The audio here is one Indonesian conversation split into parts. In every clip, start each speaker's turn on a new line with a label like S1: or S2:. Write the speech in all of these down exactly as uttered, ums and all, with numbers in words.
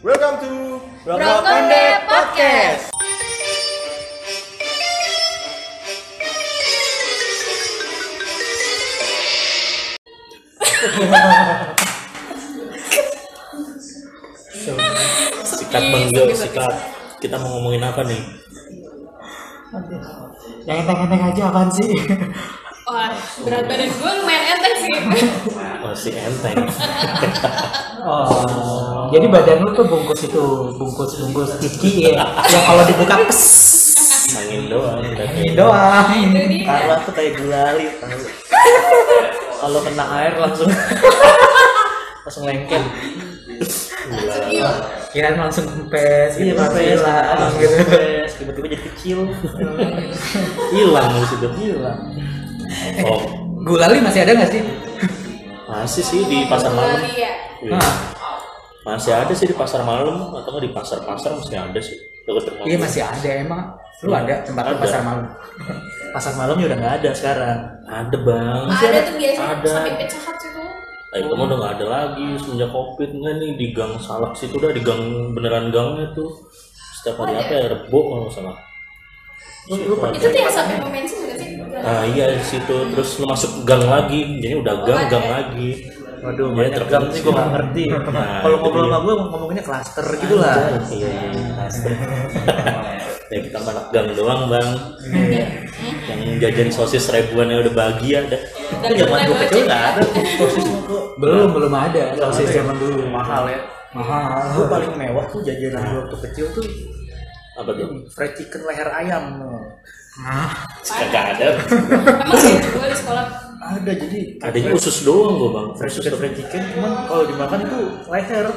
S1: Welcome to
S2: Brokonde Podcast.
S3: Sikat Bang Jo, sikat. Kita mau ngomongin apa nih?
S4: Yang enteng-enteng aja apaan sih?
S2: Wah, berat badan gue lumayan enteng sih.
S3: Masih enteng.
S4: Oh, jadi badan lu tuh bungkus itu, bungkus-bungkus tiki ya. Yang kalau dibuka pes.
S3: Angin doang.
S4: Ini doang.
S2: Itu dia.
S1: Carla tuh kayak gulali tahu. Kalau kena air langsung langsung lengket.
S2: Iya.
S4: Kirain langsung kempes,
S1: Iya,
S4: gitu,
S1: kempes,
S4: hilang,
S1: langsung
S4: gitu.
S1: kempes, tiba-tiba jadi kecil.
S3: Hilang habis itu.
S1: Hilang.
S3: Oh,
S4: Gulali masih ada nggak sih?
S3: masih sih di pasar malam.
S2: Iya.
S3: Iya.
S4: Hah,
S3: Masih ada sih di pasar malam atau nggak di pasar-pasar masih ada sih. Dekat rumah.
S4: iya masih ada emang. Lu ada tempat lu
S3: Ada.
S4: pasar malam?
S1: Pasar malamnya udah nggak ada sekarang.
S3: Ada bang.
S2: Ada tuh biasanya
S3: Ada.
S2: sampai pecah hati tuh.
S3: Eh, itu mah udah nggak ada lagi semenjak covid nggak nih di gang Salak situ udah di gang beneran gangnya tuh setiap hari apa ya Rebo kalau nggak salah.
S1: Lu, lu pernah
S2: Itu tuh yang sampai pom bensin bukan sih?
S3: Nah iya di situ terus lu masuk gang lagi jadi udah gang
S2: Oh,
S3: gang
S2: ada.
S3: lagi.
S1: Waduh,
S3: Iya,
S1: banyak
S3: terpencil.
S1: gang sih gue nggak ngerti.
S3: Nah,
S1: Kalau
S3: itu
S1: ngobrol
S3: dia.
S1: sama gue ngomonginnya klaster gitu lah.
S3: Iya iya. Ya kita anak gang doang bang. Yang jajan sosis ribuan yang udah bahagia dah.
S1: Itu zaman gue kecil nggak ada tuh sosis kok.
S4: Belum, belum ada.
S1: Sosis
S4: Sosis
S1: zaman dulu mahal ya.
S4: mahal.
S1: Gue paling mewah tuh jajanan gue waktu kecil tuh
S3: Apa tuh?
S1: fried chicken leher ayam.
S4: Nah,
S3: Kagak ada.
S2: Emang sih gue di sekolah.
S1: Ada jadi
S3: Adanya usus doang gua bang.
S1: fried
S3: Usus
S1: chicken
S3: doang.
S1: fried chicken cuman kalau dimakan itu leher.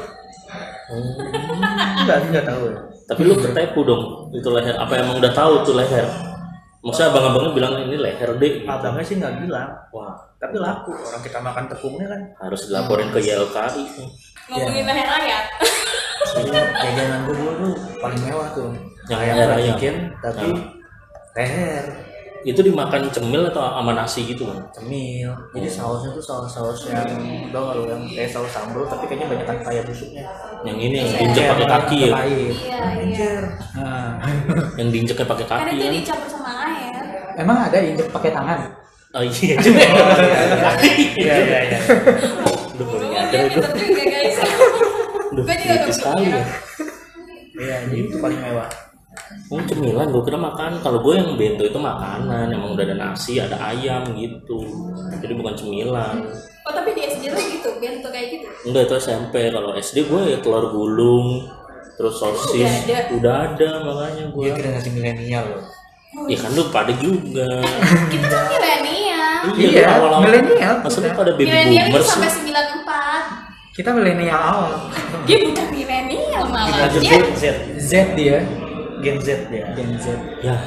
S1: Enggak, enggak tahu ya.
S3: Tapi lu ketipu dong itu leher. Apa emang udah tahu tuh leher? Maksudnya abang-abangnya bilang ini leher deh. Gitu.
S1: Abangnya sih nggak bilang,
S3: Wah
S1: tapi laku. Orang kita makan tepungnya kan.
S3: harus dilaporin ke Y L K I.
S2: Ngomongin leher ayam.
S1: Jadi jajanan gue dulu tuh paling mewah tuh.
S3: Yang
S1: Ayam
S3: leher
S1: fried
S3: ayam.
S1: chicken tapi
S3: Nah.
S1: leher.
S3: Itu dimakan cemil atau sama nasi gitu bang?
S1: Cemil. Jadi sausnya tuh saus-saus yang tau gak lu yang kayak saus sambal tapi kayaknya banyak kan kayak busuknya.
S3: Yang ini yang
S2: Iya.
S3: diinjek pakai kaki ya?
S4: Pahit.
S2: Iya, iya.
S1: Anjir.
S4: Nah,
S3: Yang diinjeknya pakai
S2: Karena
S3: kaki
S2: itu
S3: ya?
S2: dicampur sama air.
S4: emang ada injek pakai tangan?
S3: Oh iya juga.
S1: Iya iya iya.
S3: Udah baru
S2: Oh,
S3: nyadar
S2: dia
S3: itu.
S2: pinter juga guys.
S3: Udah
S2: Gue juga
S3: kritis sekali ya.
S1: Iya, jadi itu paling mewah.
S3: Oh cemilan, gue kira makan. Kalau gue yang bento itu makanan, emang udah ada nasi, ada ayam gitu. Jadi bukan cemilan.
S2: Oh tapi di S D lo gitu, bento kayak gitu.
S3: Enggak itu S M P. Kalau S D gue ya telur gulung, terus sosis.
S2: Udah ada.
S3: Udah ada makanya gue.
S4: Iya, generasi milenial loh.
S3: Ya kan lu pada juga.
S2: Kita kan milenial.
S4: Iya,
S3: awal-awal.
S4: milenial.
S3: Maksudnya pada baby
S2: Milenial itu
S3: boomers
S2: sampai
S3: sih.
S2: sembilan puluh empat.
S4: Kita milenial awal.
S2: Dia bukan milenial malah.
S1: Lanjut
S2: Dia
S1: Z, Z,
S4: Z dia,
S1: Gen Z dia.
S4: Gen Z.
S3: Ya.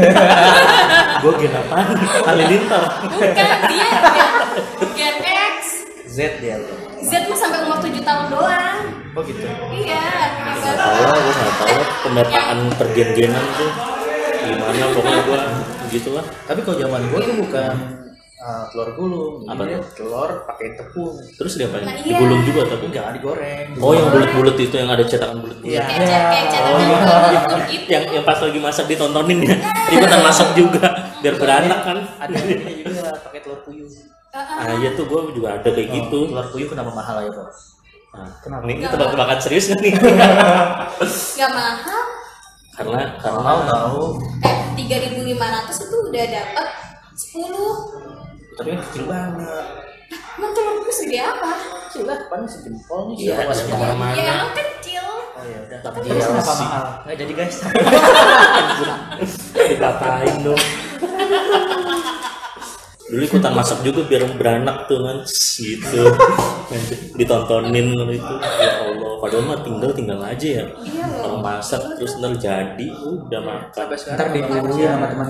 S3: Gue gen apaan? Halilintar.
S2: bukan dia Gen, Gen X.
S1: Z dia loh.
S2: Z mah sampai umur tujuh tahun doang.
S1: Oh gitu.
S2: Iya.
S3: Gak tau lah, gue gak tau lah pemetaan pergen-genan tuh gimana pokoknya gue gitu lah.
S1: Tapi kalau zaman gue tuh bukan uh, telur gulung,
S3: Apa
S1: jadi
S3: tuh?
S1: telur pakai tepung.
S3: Terus diapain?
S2: Nah, iya.
S3: Digulung juga tapi
S1: Enggak digoreng.
S3: oh yang bulat-bulat itu yang ada cetakan bulat.
S1: Iya.
S2: Kayak cet- kayak cetakan
S3: Oh, iya.
S2: telur gitu.
S3: Yang yang pas lagi masak ditontonin ya. Ikutan masak juga biar beranak kan.
S1: Ada juga pakai telur puyuh.
S2: Uh-uh.
S3: Ah iya tuh gue juga ada kayak gitu.
S1: Oh, telur puyuh kenapa mahal ya, Pak?
S3: Nah,
S4: Kenapa?
S3: Ini, ini tebak-tebakan serius kan nih?
S2: Gak mahal.
S3: karena karena
S1: Mahal tahu.
S2: Eh tiga ribu lima ratus itu udah dapat sepuluh.
S1: Tapi kan kecil banget.
S2: Emang telur gue segede apa?
S1: Kecil lah, paling sejempol nih.
S3: Iya,
S1: Siapa
S3: ada
S1: sih?
S3: kemana-mana.
S2: Ya emang kecil.
S1: Oh iya udah.
S3: Tapi
S1: Tapi
S3: Iya,
S4: Kenapa
S3: sih.
S4: mahal?
S1: nggak jadi guys.
S3: dikatain dong. Dulu ikutan masak juga biar beranak tuh kan gitu. Ditontonin itu ya Allah. Padahal mah tinggal tinggal aja ya.
S2: Iya loh.
S3: Kalau masak terus ntar jadi udah makan.
S1: Sampai
S4: Ntar
S1: sekarang
S4: diburu sama teman.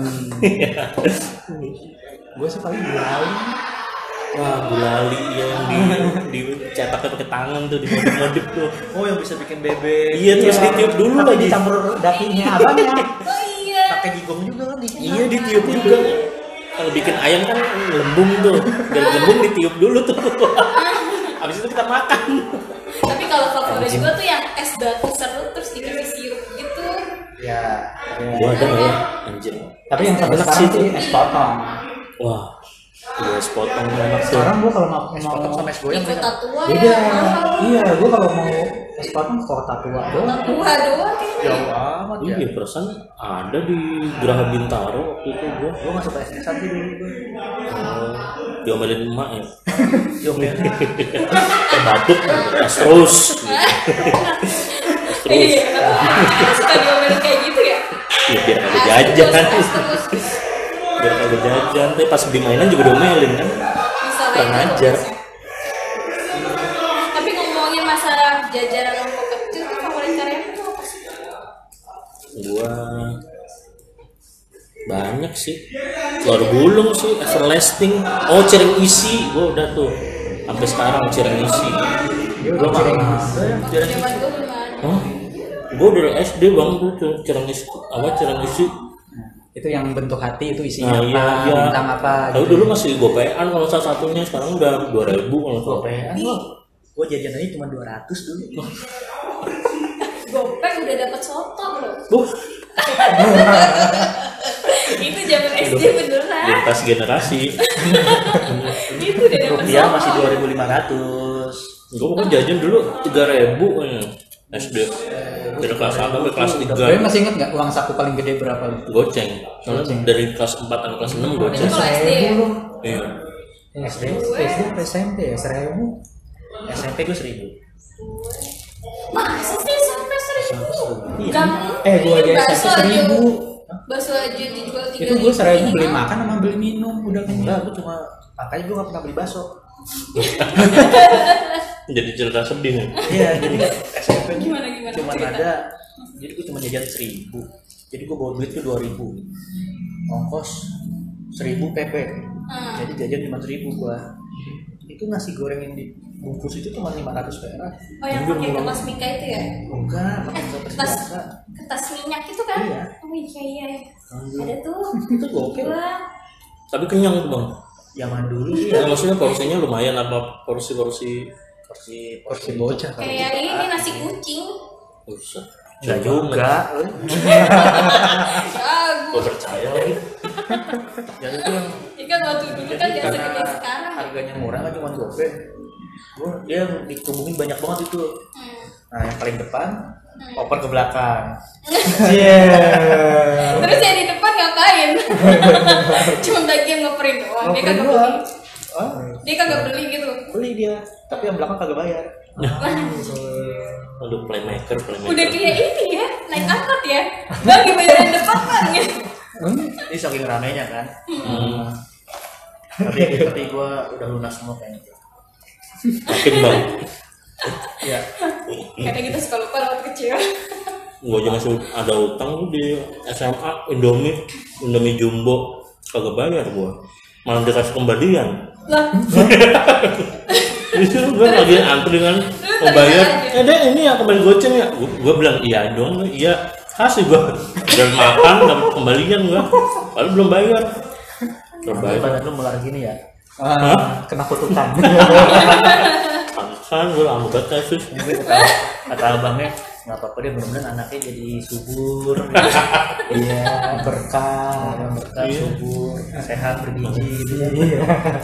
S4: Gue sih paling gulali.
S3: Wah gulali ya yang di dicetaknya pakai tangan tuh dimodif-modif tuh.
S1: Oh yang bisa bikin bebek.
S3: Iya terus ditiup dulu
S4: Tapi
S3: lagi.
S4: dicampur dakinya abangnya.
S2: Oh iya.
S1: Pakai jigong juga kan di
S3: Iya ditiup juga. Kalau bikin ayam kan lembung tuh, dari lembung ditiup dulu tuh. Abis itu kita makan.
S2: Tapi kalau favorit gue tuh yang es batu serut terus dikasih sirup gitu.
S4: Ya, ya.
S3: Gua ada nggak ya anjir.
S4: Tapi yang sampai
S3: Enak
S4: sekarang
S3: sih.
S4: sih es potong.
S3: Wah, iya es potong enak tuh.
S4: Sekarang gua kalau mau
S1: Es
S4: mau
S1: potong sama es
S2: Di
S1: goyang beda.
S2: kota tua
S4: beda.
S2: ya mahal.
S4: Iya, gua kalau mau es potong ke kota tua doang.
S2: Kota tua doang kayaknya.
S1: Jauh amat ya.
S3: Iya, perasaan ada di Geraha Bintaro waktu itu gua.
S1: Gue masuk ke S D satu dulu gue.
S3: Oh, diomelin emak ya.
S1: Diomelin.
S3: Eh, batuk, es terus. Es terus.
S2: Iya, kenapa suka diomelin kayak gitu ya?
S3: Ya biar kagak
S2: Es
S3: jajan.
S2: terus, es terus.
S3: Biar kagak jajan. Tapi pas beli mainan juga diomelin kan.
S2: Bisa
S3: Kurang
S2: lagi
S3: ajar.
S2: bagusnya. Tapi ngomongin masalah jajanan waktu kecil tuh favorit kalian tuh apa sih?
S3: Gua banyak sih. Telur gulung sih, everlasting. Oh, cireng isi. Gua udah tuh. Sampai sekarang cireng isi.
S1: Gue malah ada ya.
S2: Waktu
S1: Jadi
S2: zaman gue belum ada.
S3: Oh, gua dari S D bang tuh tuh cireng isi. Apa cireng isi?
S4: Itu yang bentuk hati itu isinya
S3: Nah, iya,
S4: apa,
S3: iya.
S4: bintang apa.
S3: Tapi
S4: gitu.
S3: dulu masih gopean kalau salah satunya, sekarang udah dua ribu kalau salah.
S1: gopean loh. Gue jajan aja cuma dua ratus dulu.
S2: Gopek udah dapet soto loh.
S3: Buh,
S2: Itu zaman S D beneran.
S3: lintas generasi.
S2: Itu udah dapet
S1: Rupiah
S2: soto.
S1: masih dua ribu lima ratus.
S3: Gua pokoknya jajan dulu tiga ribu kayaknya. S D. Dari kelas satu sampai kelas tiga.
S4: Tapi masih inget nggak uang saku paling gede berapa lu?
S3: Goceng. Soalnya
S4: Goceng.
S3: dari kelas empat sampai kelas enam goceng.
S2: Itu kalau S D ya?
S3: Iya.
S4: S D, S D apa S M P ya? Seribu?
S1: S M P gue seribu.
S2: Masa sih sampai seribu?
S1: Iya.
S2: Gak
S4: Eh, gua aja
S2: bakso
S4: S M P seribu.
S2: Bakso aja dijual tiga
S4: Itu gue seribu beli makan sama beli minum udah
S1: Enggak,
S4: kenyang.
S1: gue cuma makanya gue gak pernah beli bakso.
S3: Jadi cerita sedih nih.
S1: Iya, jadi kan S M P gue
S2: Gimana, gimana?
S1: cuma
S2: Cerita.
S1: ada, jadi gue cuma jajan seribu. Jadi gue bawa duit tuh dua ribu. Ongkos seribu P P.
S2: Hmm.
S1: Jadi jajan lima ribu gue. Itu nasi goreng yang dibungkus itu cuma lima ratus perak.
S2: Oh yang pakai kertas mika itu ya?
S1: Enggak, pakai
S2: Eh,
S1: kertas
S2: kertas
S1: biasa.
S2: kertas minyak itu kan?
S1: Iya.
S2: Oh iya iya. Ada tuh.
S1: Itu gokil.
S2: Wah.
S3: Tapi kenyang tuh bang.
S1: Zaman dulu sih
S3: Ya,
S1: ya.
S3: maksudnya porsinya lumayan apa porsi-porsi.
S1: Porsi
S4: Porsi bocah kan.
S2: Kayak ini nasi kucing.
S3: Usah.
S1: Enggak juga.
S2: Bagus.
S3: Gua percaya lagi.
S1: Jadi itu yang
S2: Ini kan waktu dulu kan gak
S1: karena
S2: segede sekarang.
S1: harganya murah kan cuma gope. Gue dia dikerubumin banyak banget itu.
S2: Hmm.
S1: Nah yang paling depan, oper ke belakang.
S4: Iya.
S2: Terus yang di depan ngapain? Cuma bagian ngeprint doang. Dia kagak beli.
S1: Hah?
S2: Dia kagak beli gitu.
S1: Beli dia, tapi yang belakang kagak bayar.
S3: Aduh, playmaker, playmaker.
S2: Udah kayak ini ya, naik angkot ya. Bang bayaran depan bang ya.
S1: Ini saking ramenya kan.
S3: Hmm.
S1: tapi tapi gue udah lunas semua kayaknya.
S3: Yakin bang.
S1: Iya.
S2: Karena kita suka lupa waktu kecil.
S3: Gua aja masih ada utang tuh di S M A Indomie, Indomie Jumbo kagak bayar gua. Malah dikasih kembalian.
S2: Lah,
S3: Itu gua lagi antri kan mau bayar. Eh deh ini ya kembali goceng ya. Gua, gua bilang iya dong, iya kasih gua. Dan makan dapat kembalian gua. Padahal belum bayar. Belum bayar.
S1: Badan lu melar gini ya.
S4: Ah, kena kutukan.
S3: Pantesan gua lama banget kasus.
S1: Ini kata, kata abangnya nggak apa-apa deh, mudah-mudahan anaknya jadi subur.
S4: Iya, berkah.
S1: Orang berkah,
S3: Iya.
S1: subur, sehat, bergizi gitu ya.
S4: Iya.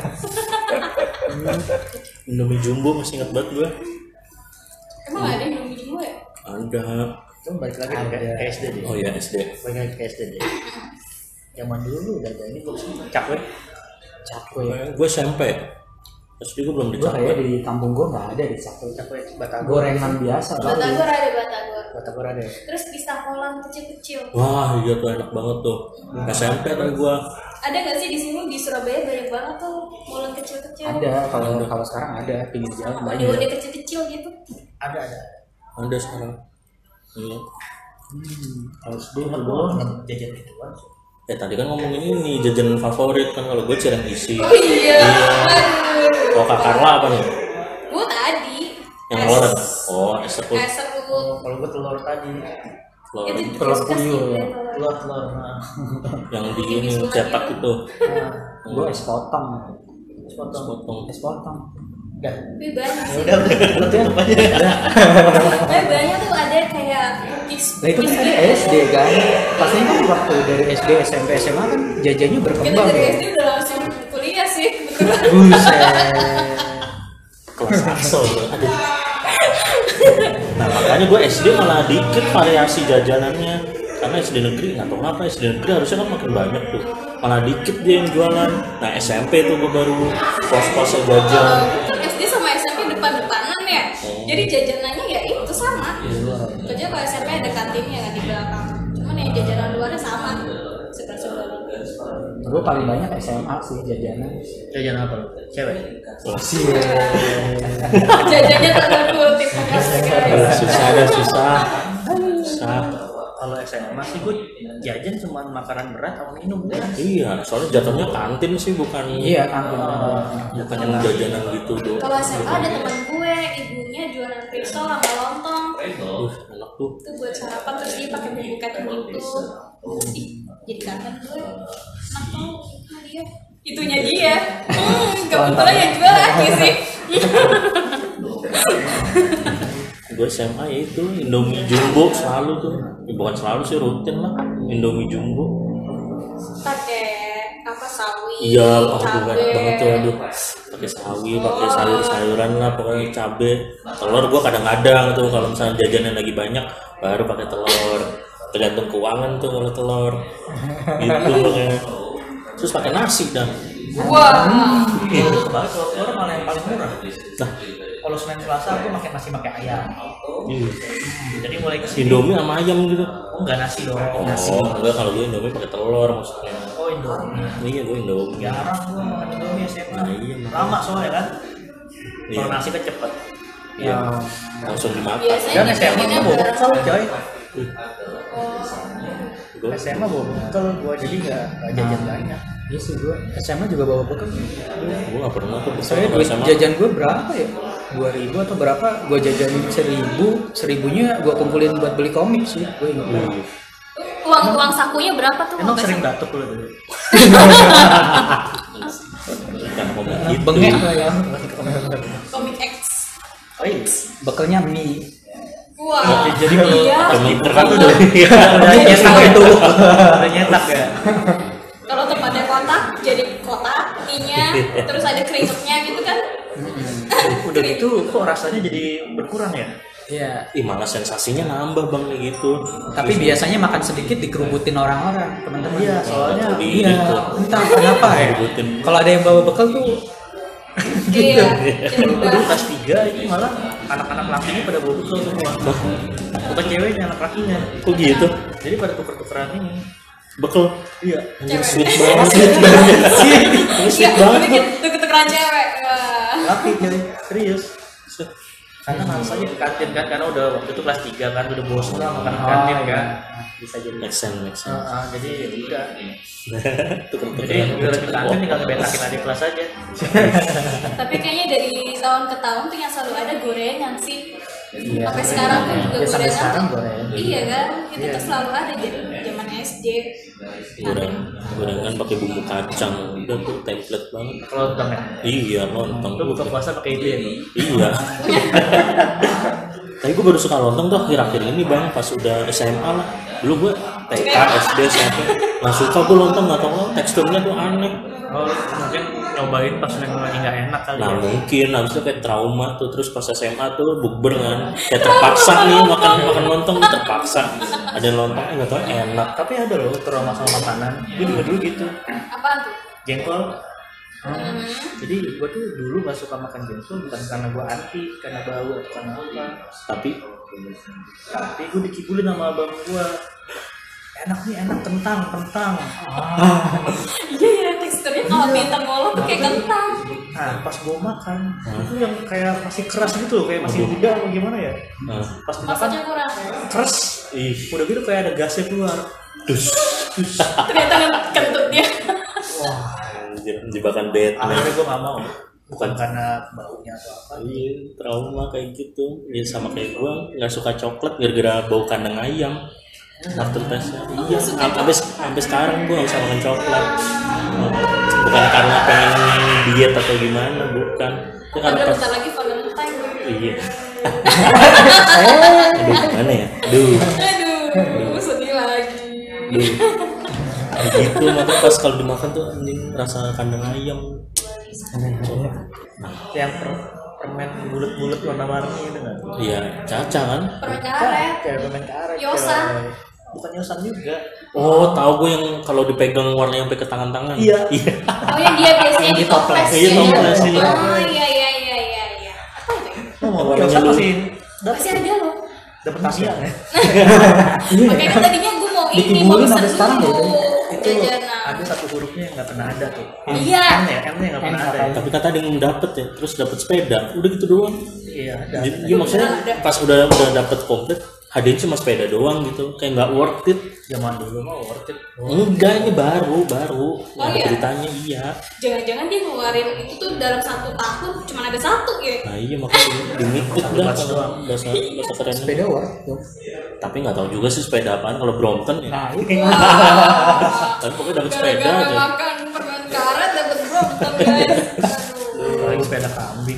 S3: Indomie Jumbo masih ingat banget gua.
S2: emang ada yang belum jumbo ya?
S3: Ada.
S1: Itu balik lagi
S4: Ada.
S1: ke, ke S D deh.
S3: Oh ya S D.
S1: Balik lagi ke S D deh. Zaman dulu udah ada ini kok sih cakwe.
S4: Cakwe.
S3: Gue S M P. S D gue belum
S4: Gue kayak
S3: dicakwe.
S4: di kampung gue nggak ada di cakwe.
S1: Cakwe batagor.
S4: Gorengan biasa. kali.
S2: Batagor ada batagor.
S1: Batagor ada.
S2: Terus pisang kolam kecil-kecil.
S3: Wah iya tuh enak banget tuh. S M P tadi gue.
S2: Ada nggak sih di sini di Surabaya banyak banget tuh molen kecil-kecil.
S4: Ada kalau kalau sekarang ada pinggir jalan banyak.
S2: Wadah-wadah kecil-kecil gitu.
S1: Ada ada.
S3: Ada sekarang. Iya.
S1: Harus dulu kan dulu jajan gituan.
S3: Ya tadi kan ngomongin ini jajanan favorit kan kalau gue cireng isi.
S2: Oh iya. Aduh.
S3: Kalau Kak Carla apa nih?
S2: Gue tadi.
S3: Yang
S2: es-
S3: telur. Oh es serut.
S2: Es serut.
S1: Kalau gue telur tadi,
S3: Telur
S2: Itu
S4: telur
S2: diskus
S4: puyuh
S2: sih,
S4: ya.
S2: telur.
S1: telur telur. Nah,
S3: yang di ini cetak itu.
S1: nah,
S4: Gue es potong.
S1: es
S3: Es
S1: potong.
S3: potong.
S4: Es potong. Udah.
S2: Tapi banyak sih.
S1: Udah udah tutup aja.
S2: Tapi banyak tuh ada kayak cookies.
S4: Nah itu kan ada S D kan. Pastinya kan waktu dari S D, S M P, S M A kan jajannya
S2: Kita
S4: berkembang.
S2: dari
S4: Ya?
S2: S D udah langsung kuliah sih. Betul.
S4: Buset.
S3: Kelas Axel bro. Aduh. Nah makanya gue S D malah dikit variasi jajanannya, karena S D negeri nggak tahu kenapa S D negeri harusnya kan makin banyak tuh, malah dikit dia yang jualan. Nah S M P tuh gue baru pos-posnya jajan.
S2: Kan S D sama S M P depan-depanan ya. Jadi jajanannya ya itu sama. Kerja kalau S M P ada kantinnya kan di belakang. Cuman yang jajanan luarnya sama. Seperti
S4: Gue paling banyak S M A sih jajanan.
S1: Jajan apa lu? Cewek.
S2: jajannya tanda kutip guys.
S3: Susah ada susah. Susah.
S1: Kalau S M A sih gue jajan cuma makanan berat sama minum deh.
S3: Iya, soalnya jatuhnya kantin sih bukan.
S4: Iya kantin.
S3: Bukan yang jajanan gitu doh.
S2: Kalau S M A ada teman gue, ibunya jualan risol sama lontong.
S3: Uh, enak tuh.
S2: Itu buat sarapan terus dia pakai bumbu kacang gitu. Ih, jadi kangen gue. Enak tau sama dia. Itunya dia. Hmm, kebetulan yang jual lagi sih.
S3: Gue S M A ya itu Indomie Jumbo selalu tuh. Ya, bukan selalu sih, rutin lah Indomie Jumbo.
S2: Pakai apa sawi,
S3: Iya, oh, gue
S2: cabe.
S3: enak banget tuh, aduh. Pakai sawi, pakai sayur-sayuran lah, pokoknya cabe. Telur gue kadang-kadang tuh kalau misalnya jajanan lagi banyak, baru pakai telur. Tergantung keuangan tuh kalau telur. Gitu makanya. Terus pakai nasi dah.
S2: Wah.
S1: Kebalik kalau telur malah yang paling murah.
S3: Nah,
S1: Kalau Senin Selasa gue makan masih pakai ayam.
S3: iya.
S1: Jadi mulai kesini.
S3: Indomie sama ayam gitu.
S1: Oh enggak nasi dong.
S3: Oh, enggak, kalau gue Indomie pakai telur maksudnya.
S1: Oh Indomie.
S3: Iya, gue Indomie.
S1: Jarang gue makan Indomie S M A.
S3: Nah, iya,
S1: Lama soalnya kan.
S3: Iya.
S1: Kalau nasi kan cepet.
S3: Iya. Langsung dimakan.
S2: Biasanya
S1: Dan S M A gue bawa bekal coy.
S3: Gue
S1: S M A bawa bekal gue jadi nggak nggak jajan banyak.
S4: Iya sih gue S M A juga bawa bekal.
S3: gue nggak pernah tuh besar
S4: Saya
S3: kalau
S4: duit
S3: sama.
S4: jajan gue berapa ya? Dua ribu atau berapa? Gue jajanin seribu, seribunya gue kumpulin buat beli komik sih. Gue ingat.
S3: Iya.
S2: Uang uang sakunya berapa tuh?
S1: Emang
S2: Uang
S1: sering
S2: saku?
S1: batuk lu dulu.
S3: Kan ngomong gitu.
S4: Bengek lah ya.
S2: Komik X.
S1: Oh iya.
S4: Bekalnya mie.
S2: Wah.
S1: Jadi kalau
S2: Iya.
S3: Komik
S1: Bukan tuh
S3: terus.
S1: udah udah nyetak itu. Udah nyetak ya.
S2: Kalau tempatnya kotak jadi kotak, ininya terus ada keringnya gitu kan?
S1: Udah gitu kok rasanya jadi berkurang ya?
S4: Iya.
S3: Ih, malah sensasinya nambah bang kayak gitu.
S4: Tapi biasanya makan sedikit dikerubutin orang-orang, teman-teman.
S1: Iya, soalnya
S3: Di-
S4: Iya,
S3: itu.
S4: entah kenapa ya.
S3: Kerubutin.
S4: Kalau ada yang bawa bekal tuh
S2: Iya. Jadi
S1: Dulu
S2: bahas.
S1: kelas tiga itu malah anak-anak lakinya pada bawa bekal semua. Bukan ceweknya, anak lakinya.
S3: Kok gitu?
S1: Jadi pada tuker-tukeran ini.
S3: Bekel.
S1: Iya.
S3: Anjing
S2: Cewek.
S3: sweet banget.
S2: Iya, bikin tuker-tukeran cewek. Wah.
S1: Laki jadi serius. Karena males aja ke kantin kan, karena udah waktu itu kelas tiga kan, udah bosan lah makan di kantin
S4: Oh,
S1: kan.
S4: iya.
S1: Bisa jadi.
S3: Make sense, make sense.
S1: Heeh, jadi ya udah.
S3: Tuker-tukeran.
S1: Jadi udah ke kantin tinggal ngebetakin adik kelas aja.
S2: Tapi kayaknya dari tahun ke tahun tuh yang selalu ada gorengan sih.
S4: Iya.
S2: Sampai sekarang pun juga
S4: Ya, sampai
S2: gorengan.
S4: sekarang
S2: tuh-
S4: gorengan.
S2: Iya kan? Itu tuh selalu ada jadi zaman S D.
S3: Goreng, gorengan pakai bumbu kacang. Udah tuh template banget.
S1: Kelontong ya.
S3: Iya, lontong.
S1: Lu buka puasa pakai itu ya?
S3: Iya. Tapi gue baru suka lontong tuh akhir-akhir ini bang, pas udah S M A lah. Dulu gue T K, S D, S M P nggak suka gue lontong, nggak tahu teksturnya tuh aneh.
S1: Oh, mungkin nyobain pas lagi lagi nggak enak kali
S3: Nah
S1: ya.
S3: mungkin habis itu kayak trauma tuh, terus pas S M A tuh bukber kan, kayak terpaksa nih makan makan lontong terpaksa. Ada lontong nggak tahu enak.
S1: Tapi ada loh trauma sama makanan. Gue juga dulu gitu.
S2: Apaan tuh?
S1: Jengkol.
S2: Hmm.
S1: Jadi gue tuh dulu gak suka makan jengkol bukan karena gue anti, karena bau atau karena apa.
S3: Tapi
S1: Tapi gue dikibulin sama abang gue. Enak nih, enak kentang, kentang.
S2: Iya ya, teksturnya kalau bintang ngolok tuh kayak kentang.
S1: Nah, pas gue makan, itu yang kayak masih keras gitu loh, kayak masih muda atau gimana ya.
S3: nah,
S1: Pas dimakan,
S2: Maksudnya kurang.
S1: keras.
S3: ih,
S1: Udah gitu kayak ada gasnya keluar.
S3: dus, dus.
S2: Ternyata kentut dia.
S3: Anjir, jebakan Batman.
S1: Akhirnya gue gak mau. Bukan karena baunya atau apa.
S3: Iya, trauma kayak gitu. Ya sama kayak gua nggak suka coklat gara-gara bau kandang ayam. Aftertaste-nya. Iya, sampai sampai sekarang gua nggak bisa makan coklat. Bukan karena pengen diet atau gimana, bukan. Itu kan
S2: Padahal
S3: pas
S2: bentar lagi Valentine.
S3: iya. Aduh gimana ya? Aduh.
S2: Aduh, sedih lagi.
S3: Aduh. Kayak gitu makanya pas kalau dimakan tuh anjing rasa kandang ayam.
S1: Yang per permen bulat-bulat warna-warni itu nggak?
S3: Iya, Caca kan?
S2: Permen karet.
S1: Kayak permen karet.
S2: Yosan.
S1: kayak- Bukan yosan juga.
S3: Oh, tahu gue yang kalau dipegang warnanya sampai ke tangan-tangan.
S1: Iya.
S3: Iya.
S2: Oh yang dia biasanya di toples.
S3: Iya, toples, iya.
S2: Oh iya iya iya iya iya. Apa itu? ya?
S1: Oh, mau
S3: Warnanya
S1: yosan
S3: lu-
S1: masih dapat
S2: Masih ada loh.
S1: dapat Tamiya ya?
S2: Makanya kan tadinya gue mau ini mau
S4: Dikibulin sampai
S2: pesen
S4: sekarang
S2: dulu
S1: Itu
S2: jajanan.
S1: ada satu hurufnya yang nggak pernah ada tuh.
S2: Iya.
S1: M ya, M nya nggak pernah
S4: M
S1: ada.
S3: Tapi kata ada yang dapet ya, terus dapet sepeda, udah gitu doang.
S1: Iya, ada.
S3: Jadi ya, maksudnya pas udah udah dapet komplit, hadiahnya cuma sepeda doang gitu, kayak nggak worth it.
S1: Zaman dulu mah worth it.
S3: Enggak, ini baru baru.
S2: Oh,
S3: Ada
S2: iya?
S3: beritanya iya.
S2: Jangan-jangan dia ngeluarin itu tuh dalam satu tahun cuma ada satu ya.
S3: Nah iya makanya limited dah kalau bahasa bahasa kerennya.
S4: Sepeda war tuh.
S3: Tapi nggak tahu juga sih sepeda apaan kalau Brompton ya.
S4: Nah itu kayak
S2: Wah.
S3: Tapi pokoknya dapat sepeda
S2: Gara-gara
S3: aja.
S2: makan permen karet dapat Brompton guys. Aduh.
S1: Lagi sepeda kambing.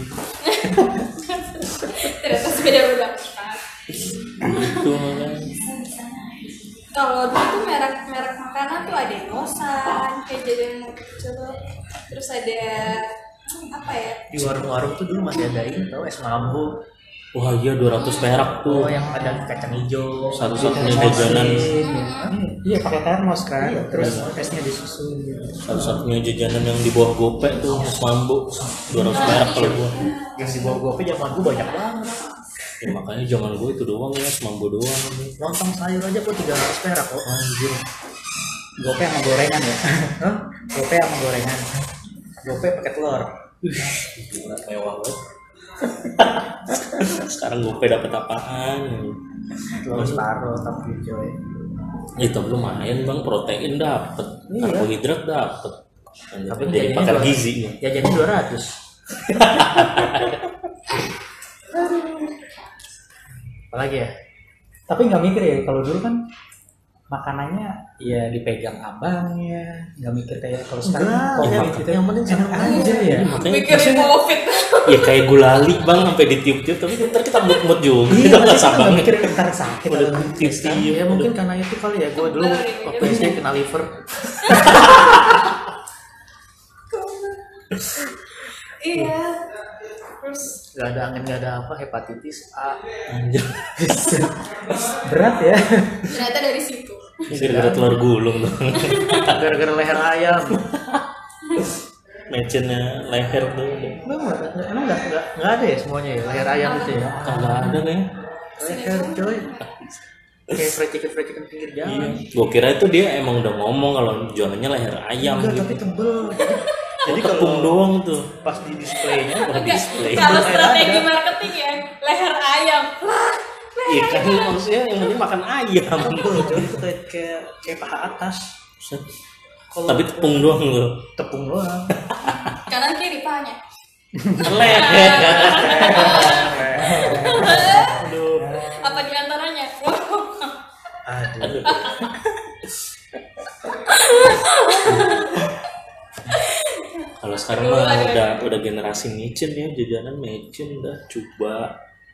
S2: Ternyata sepeda udah.
S3: Gitu makanya.
S2: Kalau dulu tuh merek-merek makanan tuh ada Yosan, kayak jajanan kecil. Terus ada apa ya?
S1: Di warung-warung tuh dulu masih ada ini tau es mambo.
S3: Wah iya dua ratus perak
S1: Oh,
S3: tuh.
S1: yang ada kacang hijau.
S3: Satu-satunya jajanan,
S4: iya pakai termos kan,
S1: Iya,
S4: terus esnya disusun gitu.
S3: satu-satunya jajanan yang di bawah gopek tuh es mambo dua ratus perak kalau gua.
S1: Yang di bawah gope zaman gue banyak banget.
S3: Ya, makanya zaman gua itu doang ya, es mambo doang.
S1: Lontong sayur aja kok tiga ratus perak kok.
S3: Anjir.
S4: Gope sama gorengan ya.
S1: Hah?
S4: Gope sama gorengan.
S1: Gope pakai telur.
S3: Gila, mewah banget. Sekarang gopek dapat apaan?
S1: Telur separuh tapi coy.
S3: Itu lumayan bang, protein dapet,
S1: Iya.
S3: karbohidrat dapet.
S1: Tapi
S3: Jadi
S1: jajannya
S3: pakar
S1: dua-
S3: gizi nih.
S1: Jajannya dua ratus. Apalagi ya?
S4: Tapi nggak mikir ya kalau dulu kan makanannya ya dipegang abangnya, nggak mikir kayak kalau sekarang
S1: Enggak,
S4: covid
S1: yang-
S4: gitu.
S1: yang penting
S4: enak
S1: senang
S4: aja
S1: aja.
S4: ya.
S3: Makanya
S2: Mikirin COVID.
S3: ya kayak gulali bang sampai ditiup-tiup, tapi ntar kita mut-mut juga.
S4: Iya,
S3: Kita nggak
S4: nggak
S3: sabar.
S4: mikir ntar sakit.
S3: Udah
S4: atau-
S3: tiup-tiup.
S1: Ya mungkin karena itu kali ya. Gue dulu waktu S D kena liver.
S2: Iya. Terus
S1: Gak ada angin, gak ada apa, hepatitis A.
S3: Anjir.
S4: berat ya.
S2: ternyata dari situ.
S3: Ini gara-gara telur gulung tuh.
S1: Gara-gara leher ayam.
S3: Mecennya leher tuh.
S1: Emang nggak nggak- emang nggak nggak nggak ada ya semuanya ya leher ayam itu ya.
S3: Kagak ada nih.
S1: Leher coy. Kayak fried chicken fried chicken pinggir
S3: Iya.
S1: jalan.
S3: Gue kira itu dia emang udah ngomong kalau jualannya leher ayam
S1: Enggak,
S3: gitu.
S1: tapi tebel. Jadi
S3: Jadi tepung doang tuh.
S1: pas di displaynya,
S3: Oh,
S2: Enggak,
S3: display.
S2: kalau
S1: Leher
S2: strategi
S1: ada.
S2: marketing ya leher ayam. Lah,
S3: Iya kan maksudnya yang penting makan ayam.
S1: tebel coy itu kayak kayak kayak paha atas. Kalau
S3: Tapi tepung doang loh.
S1: tepung doang.
S2: kanan kiri pahanya.
S3: Leher.
S1: Aduh.
S2: Apa di antaranya?
S1: Aduh.
S3: Aduh. Kalau sekarang mah udah udah generasi micin ya, jajanan micin dah coba.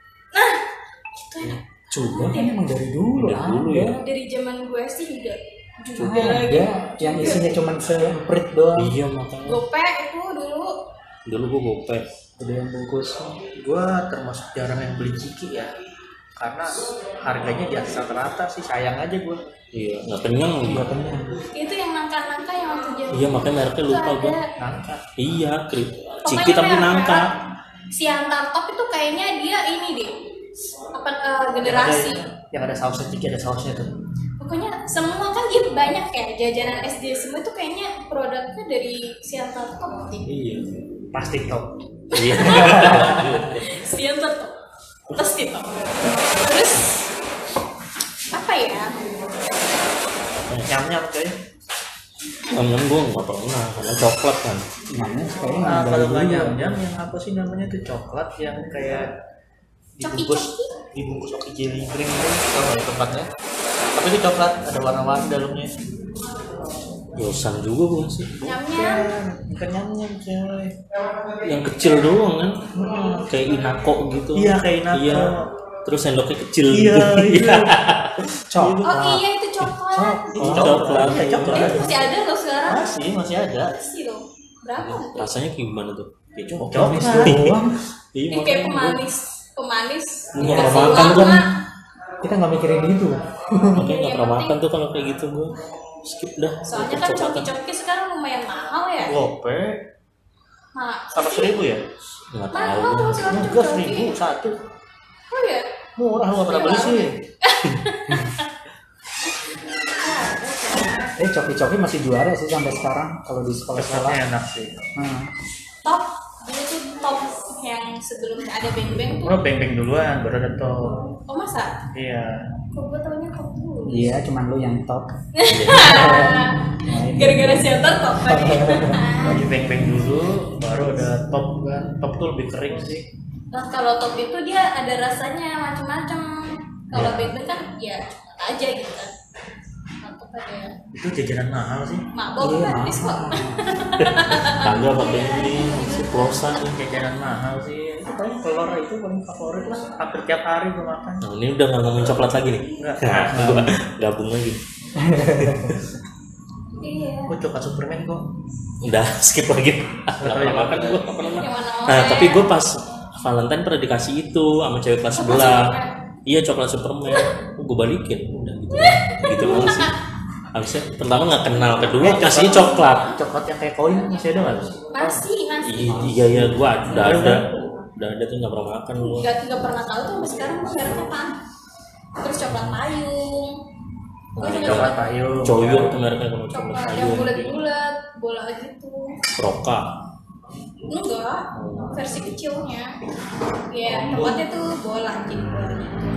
S4: Coba kan emang dari dulu
S3: Dari dulu
S4: ada.
S3: ya.
S2: Dari zaman gue sih juga juga
S4: Juga
S2: lagi.
S4: ada yang isinya cuma semprit doang.
S3: Iya makanya.
S2: Gope itu dulu.
S3: Dulu gua gopek.
S4: Udah yang bungkus.
S1: Gue termasuk jarang yang beli ciki ya. Karena harganya di atas rata-rata sih, sayang aja gue.
S3: Iya, nggak kenyang lagi.
S4: Nggak kenyang.
S2: Itu yang nangka-nangka yang waktu zaman.
S3: Iya makanya mereknya lupa
S2: Itu
S3: gua.
S2: ada.
S1: Nangka.
S3: Iya, kri.
S2: Pokoknya
S3: Ciki tapi
S2: merek-
S3: nangka.
S2: Si Antar Top itu kayaknya dia ini deh. Apa eh, generasi.
S1: Yang ada, yang ada sausnya ciki, ada sausnya tuh.
S2: Pokoknya semua kan dia banyak ya jajanan S D semua itu kayaknya produknya dari si Antar Top.
S3: Iya.
S1: Plastik top.
S3: Iya.
S2: Si Antar Top. Pasti Top. Terus apa ya?
S1: Nyam-nyam coy.
S3: Temen gua nggak pernah karena coklat kan.
S4: Namanya kayaknya
S1: Nah,
S4: dari
S1: kalau
S4: dulu.
S1: nggak nyam-nyam yang apa sih namanya tuh coklat yang kayak dibungkus
S2: Coki-coki?
S1: dibungkus oki jelly drink itu kalau nggak tempatnya. Tapi itu coklat ada warna-warni dalamnya.
S3: Yosan juga bukan sih?
S2: Nyam-nyam.
S1: Bukan nyam-nyam coy.
S3: Yang kecil doang kan? Kayak Inako gitu.
S1: Iya kayak Inako.
S3: Iya. Terus sendoknya kecil
S1: Iya,
S3: gitu.
S1: iya.
S4: Coklat.
S2: Oh iya itu coklat.
S1: Itu
S3: Oh,
S1: coklat.
S3: coklat.
S1: Iya, coklat.
S2: Eh, masih ada loh sekarang.
S1: Masih, masih ada.
S2: Masih loh. Berapa?
S3: Rasanya kayak gimana tuh? Kayak
S1: Coklat.
S3: coklat.
S4: doang.
S3: Iya,
S2: Ini kayak
S3: makanya
S2: pemanis, pemanis.
S3: Nggak
S2: dikasih
S3: pernah makan
S2: warna.
S3: kan?
S4: Kita nggak mikirin itu.
S3: gua- makanya nggak
S2: Yang
S3: pernah
S2: penting-
S3: makan tuh kalau kayak gitu gua. Skip dah.
S2: Soalnya kan coki-coki sekarang lumayan mahal ya.
S1: Gope.
S2: Nah,
S1: Sama seribu ya?
S3: Nggak tahu.
S2: mahal
S3: gua.
S2: tuh sekarang
S1: Enggak
S2: coki-coki.
S1: seribu satu.
S2: Oh ya.
S1: Murah lu nggak pernah beli sih.
S4: Eh coki-coki masih juara sih sampai sekarang kalau di sekolah-sekolah.
S1: Coklatnya enak sih.
S4: Hmm.
S2: Top, dulu tuh top yang sebelum ada beng-beng tuh.
S1: Oh beng-beng duluan baru ada top.
S2: Oh masa?
S1: Iya.
S2: Kok gue taunya top dulu?
S4: Iya, cuman lu yang top.
S2: Gara-gara shelter top tadi.
S1: Lagi beng-beng dulu baru ada top kan. Top tuh lebih kering sih.
S2: Nah kalau top itu dia ada rasanya macam-macam. Kalau beng-beng kan ya cuma aja gitu kan. Mantap aja.
S1: Itu jajanan mahal sih.
S2: Mabok
S4: Iya,
S2: gratis kok.
S3: Tangga pakai ini si plosan.
S1: Jajanan mahal sih. Itu paling telur itu paling favorit lah. Hampir tiap hari gue makan.
S3: Nah, ini udah nggak ngomongin coklat lagi nih.
S1: Enggak.
S3: Nah, gua gabung lagi.
S2: Iya.
S1: Gue coklat Superman kok.
S3: Udah skip lagi. Nggak pernah makan gua. nggak pernah makan.
S2: Yang mana
S3: Nah, tapi gue pas Valentine pernah dikasih itu sama cewek kelas sebelah. Iya, coklat Superman. Gue balikin. Udah gitu. Gitu doang sih. Habisnya pertama nggak kenal, kedua kasihnya coklat.
S1: Coklat yang kayak koin masih ada nggak?
S2: Masih, masih.
S3: I- Iya iya, gue udah ada. Udah ada tuh nggak pernah makan gue.
S2: Gak, gak pernah tahu tuh sampai sekarang tuh mereknya apa. Terus coklat payung. Pokoknya
S1: Coklat
S2: coklat
S1: payung.
S3: Coyo tuh mereknya kalau coklat
S2: coklat yang
S3: payung.
S2: bulat-bulat, bola gitu.
S3: Roka.
S2: Enggak, versi kecilnya. Ya, tempatnya tuh bola jadi bolanya tuh.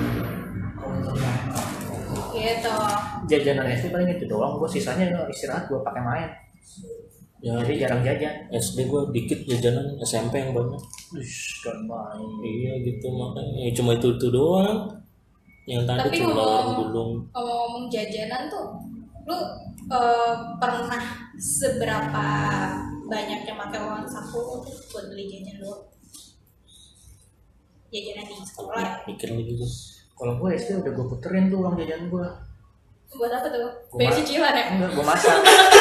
S2: Gitu.
S1: Jajanan S D paling itu doang. Gue sisanya istirahat gue pakai main.
S3: Ya,
S1: Jadi jarang jajan.
S3: S D gue dikit jajanan, S M P yang banyak.
S1: Ush, kan main.
S3: Iya gitu makanya. Ya, cuma itu itu doang. Yang tadi
S2: Tapi
S3: cuma
S2: ngomong-
S3: gulung.
S2: Ngomong-ngomong jajanan tuh, lu eh, pernah seberapa banyaknya pakai uang saku untuk buat beli jajan lu? Jajanan di sekolah.
S3: Mikir lagi gue.
S1: Kalau gue S D udah gue puterin tuh uang jajan gue.
S2: Buat apa tuh?
S1: Gua
S2: Beli
S1: ma-
S2: cicilan ya?
S1: Enggak, gue masak.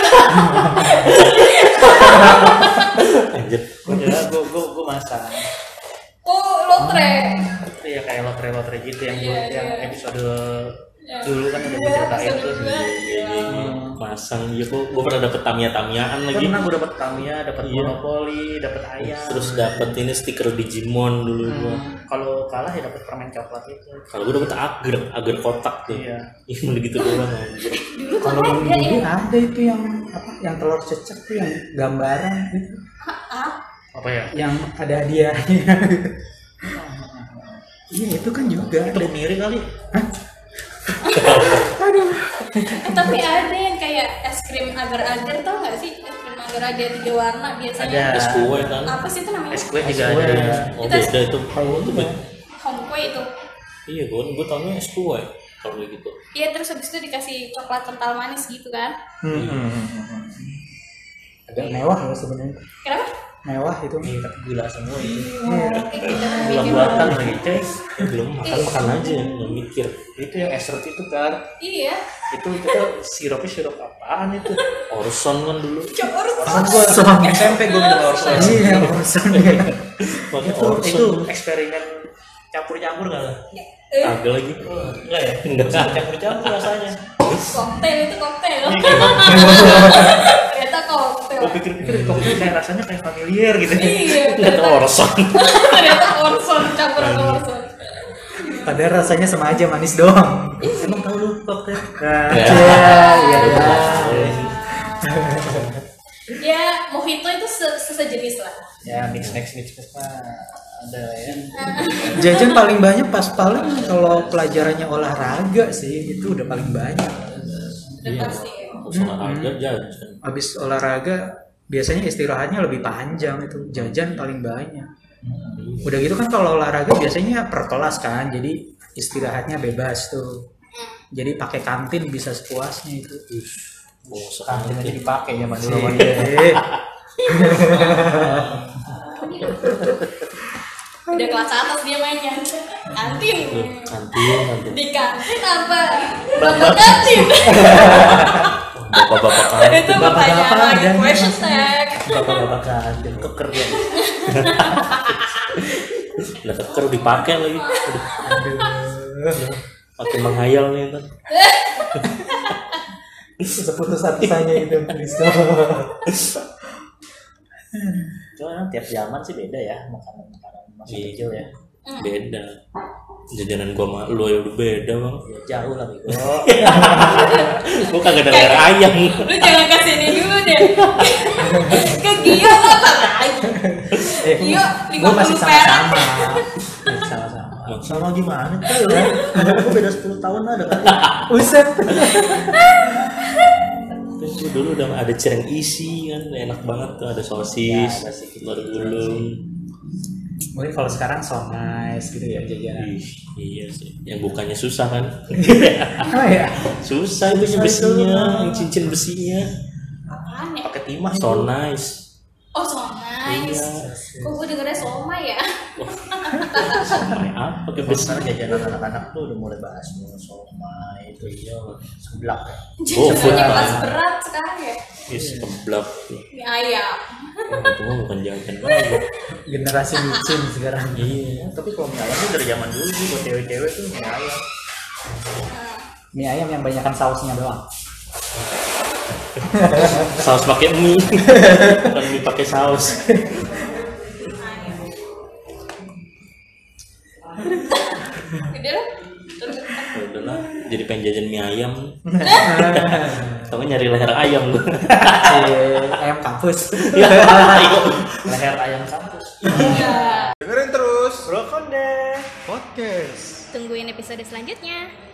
S3: Anjir.
S1: Gue jalan, gue gue gue masak.
S2: Oh, lotre.
S1: Iya kayak lotre-lotre gitu yang gue
S2: Iya,
S1: yang
S2: iya.
S1: episode
S2: Ya.
S1: dulu kan udah gue
S2: Iya,
S1: ceritain
S2: episode
S1: tuh.
S2: dua.
S3: Iya, iya, iya. Masang ya gue gue pernah dapet tamia-tamiaan lagi.
S1: Pernah gue dapet Tamiya, dapet
S3: Iya.
S1: Monopoly, dapet ayam.
S3: Terus dapet ini stiker Digimon dulu gue.
S1: Hmm, kalau kalah ya dapet permen coklat itu.
S3: Kalau gue dapet agar, agar kotak tuh.
S1: Iya.
S3: Iya udah gitu doang anjir.
S2: Dulu tuh
S4: Kalau
S2: ada
S4: dulu
S2: ya.
S4: ada itu yang apa? Yang telur cecek tuh yang gambaran gitu.
S2: Ah,
S1: Apa ya?
S4: Yang ada hadiahnya. Iya, itu kan juga.
S1: Itu kemiri kali.
S2: eh, tapi ada yang kayak es krim agar-agar, tau nggak sih? Es krim agar-agar tiga warna biasanya.
S1: Ada.
S3: Es kue kan.
S2: Apa sih itu namanya?
S1: Es kue juga
S4: kue.
S1: ada.
S3: Oh
S2: Itu es-
S3: beda itu.
S4: Kayak
S3: Itu
S4: itu
S3: beda.
S2: Home kue itu.
S3: Iya gue gue tahunya es kue kalau kayak gitu.
S2: Iya, terus habis itu dikasih coklat kental manis gitu kan?
S1: Hmm.
S4: agak mewah ya sebenarnya.
S2: Kenapa?
S4: Mewah itu.
S1: Iya, tapi gula semua itu.
S4: Iya.
S2: Eh, kita
S1: Gula
S2: bikin
S1: buatan lagi cuy.
S3: Ya, belum makan makan aja nggak mikir.
S1: Itu yang es serut itu kan.
S2: Iya.
S1: Itu itu tuh sirupnya sirup apaan itu?
S3: Orson kan dulu.
S2: Cokor.
S1: Orson gue S M P gue minum Orson.
S4: Iya, urusan ya.
S3: Pakai
S1: Itu
S3: Orson.
S1: itu eksperimen campur-campur nggak lah?
S2: Eh,
S3: Agak lagi.
S1: Enggak ya?
S3: Enggak.
S1: Campur-campur rasanya.
S2: koktail itu koktail. Ternyata koktail.
S1: Gue pikir-pikir kok kayak rasanya kayak familiar gitu.
S2: Iya.
S3: Nggak tahu Orson.
S2: Ternyata Orson campur sama Orson.
S4: Padahal rasanya sama aja manis doang.
S1: Emang tahu lu koktail?
S4: Nah,
S3: Ya.
S4: iya, iya.
S2: Ya, mojito itu se- sejenis lah.
S1: Ya mix mix mix mix mah ada ya.
S4: Jajan paling banyak pas paling kalau pelajarannya olahraga sih, itu udah paling banyak.
S2: Udah pasti ya.
S3: Olahraga jajan.
S4: Habis olahraga biasanya istirahatnya lebih panjang, itu jajan paling banyak. Udah gitu kan kalau olahraga biasanya per kelas kan, jadi istirahatnya bebas tuh. Jadi pakai kantin bisa sepuasnya itu.
S3: Bosok
S4: Kantin aja
S3: aja.
S4: dipakai zaman dulu sama dia.
S2: Udah kelas atas dia mainnya. Kantin.
S3: Kantin, kantin.
S2: Di kantin apa? Bapak kantin.
S3: Bapak-bapak kantin.
S2: Itu pertanyaan
S1: Bapak-bapak
S2: lagi
S1: dan-
S2: question tag.
S1: Bapak-bapak kantin keker dia.
S3: Udah keker dipakai lagi. Pakai menghayal nih kan.
S4: Seputus-putusannya itu Kristo.
S1: Cuma tiap zaman sih beda ya makanan-makanan masa
S3: Iya.
S1: kecil ya.
S3: Beda. Jajanan gua sama lu ya udah beda bang.
S1: Ya jauh lah gitu.
S3: Gua kagak ada leher ayam.
S2: Lu jangan kasih ini dulu deh. Ke Gio apa lagi?
S4: Eh,
S2: Gio lima
S4: gue masih
S2: puluh perak.
S4: sama-sama. Masih sama-sama.
S1: Sama gimana tuh ya? Aku beda sepuluh tahun ada kali.
S4: Uset.
S3: Terus gua dulu udah ada cireng isi kan, enak banget tuh ada sosis,
S1: Ya, ada sih.
S3: telur gulung.
S4: Mungkin kalau sekarang so nice gitu ya jajanan.
S3: Ih, iya sih. Yang bukannya susah kan?
S4: Oh ya.
S3: Susah itu
S1: Susah
S3: besinya,
S1: itu.
S3: yang cincin besinya.
S2: Apaan ya?
S1: Pakai timah itu.
S3: So nice.
S2: Oh, so nice.
S3: Iya.
S2: Kok gue dengernya somai ya?
S3: Somai apa pakai
S1: Terus
S3: besi?
S1: sekarang jajanan anak-anak tuh udah mulai bahas mulu somai itu iya seblak ya.
S3: Oh, food
S2: Jajanannya pas
S3: bang.
S2: berat sekarang ya.
S3: Is keblak.
S2: Mie ayam.
S3: Oh, itu mah bukan jajan lagi.
S4: Generasi micin sekarang.
S3: Iya.
S1: Tapi kalau mie ayam tuh dari zaman dulu sih buat cewek-cewek tuh mie ayam.
S4: Mie ayam yang banyakkan sausnya doang.
S3: Saus pakai mie, bukan mie pakai saus.
S2: Udah lah. Terus
S3: Ya udahlah, jadi pengen jajan mie ayam. Tahu nyari leher ayam gua.
S4: Si ayam kampus.
S1: Leher ayam kampus.
S2: ya.
S5: Dengerin terus
S1: Brokonde.
S5: podcast.
S2: Tungguin episode selanjutnya.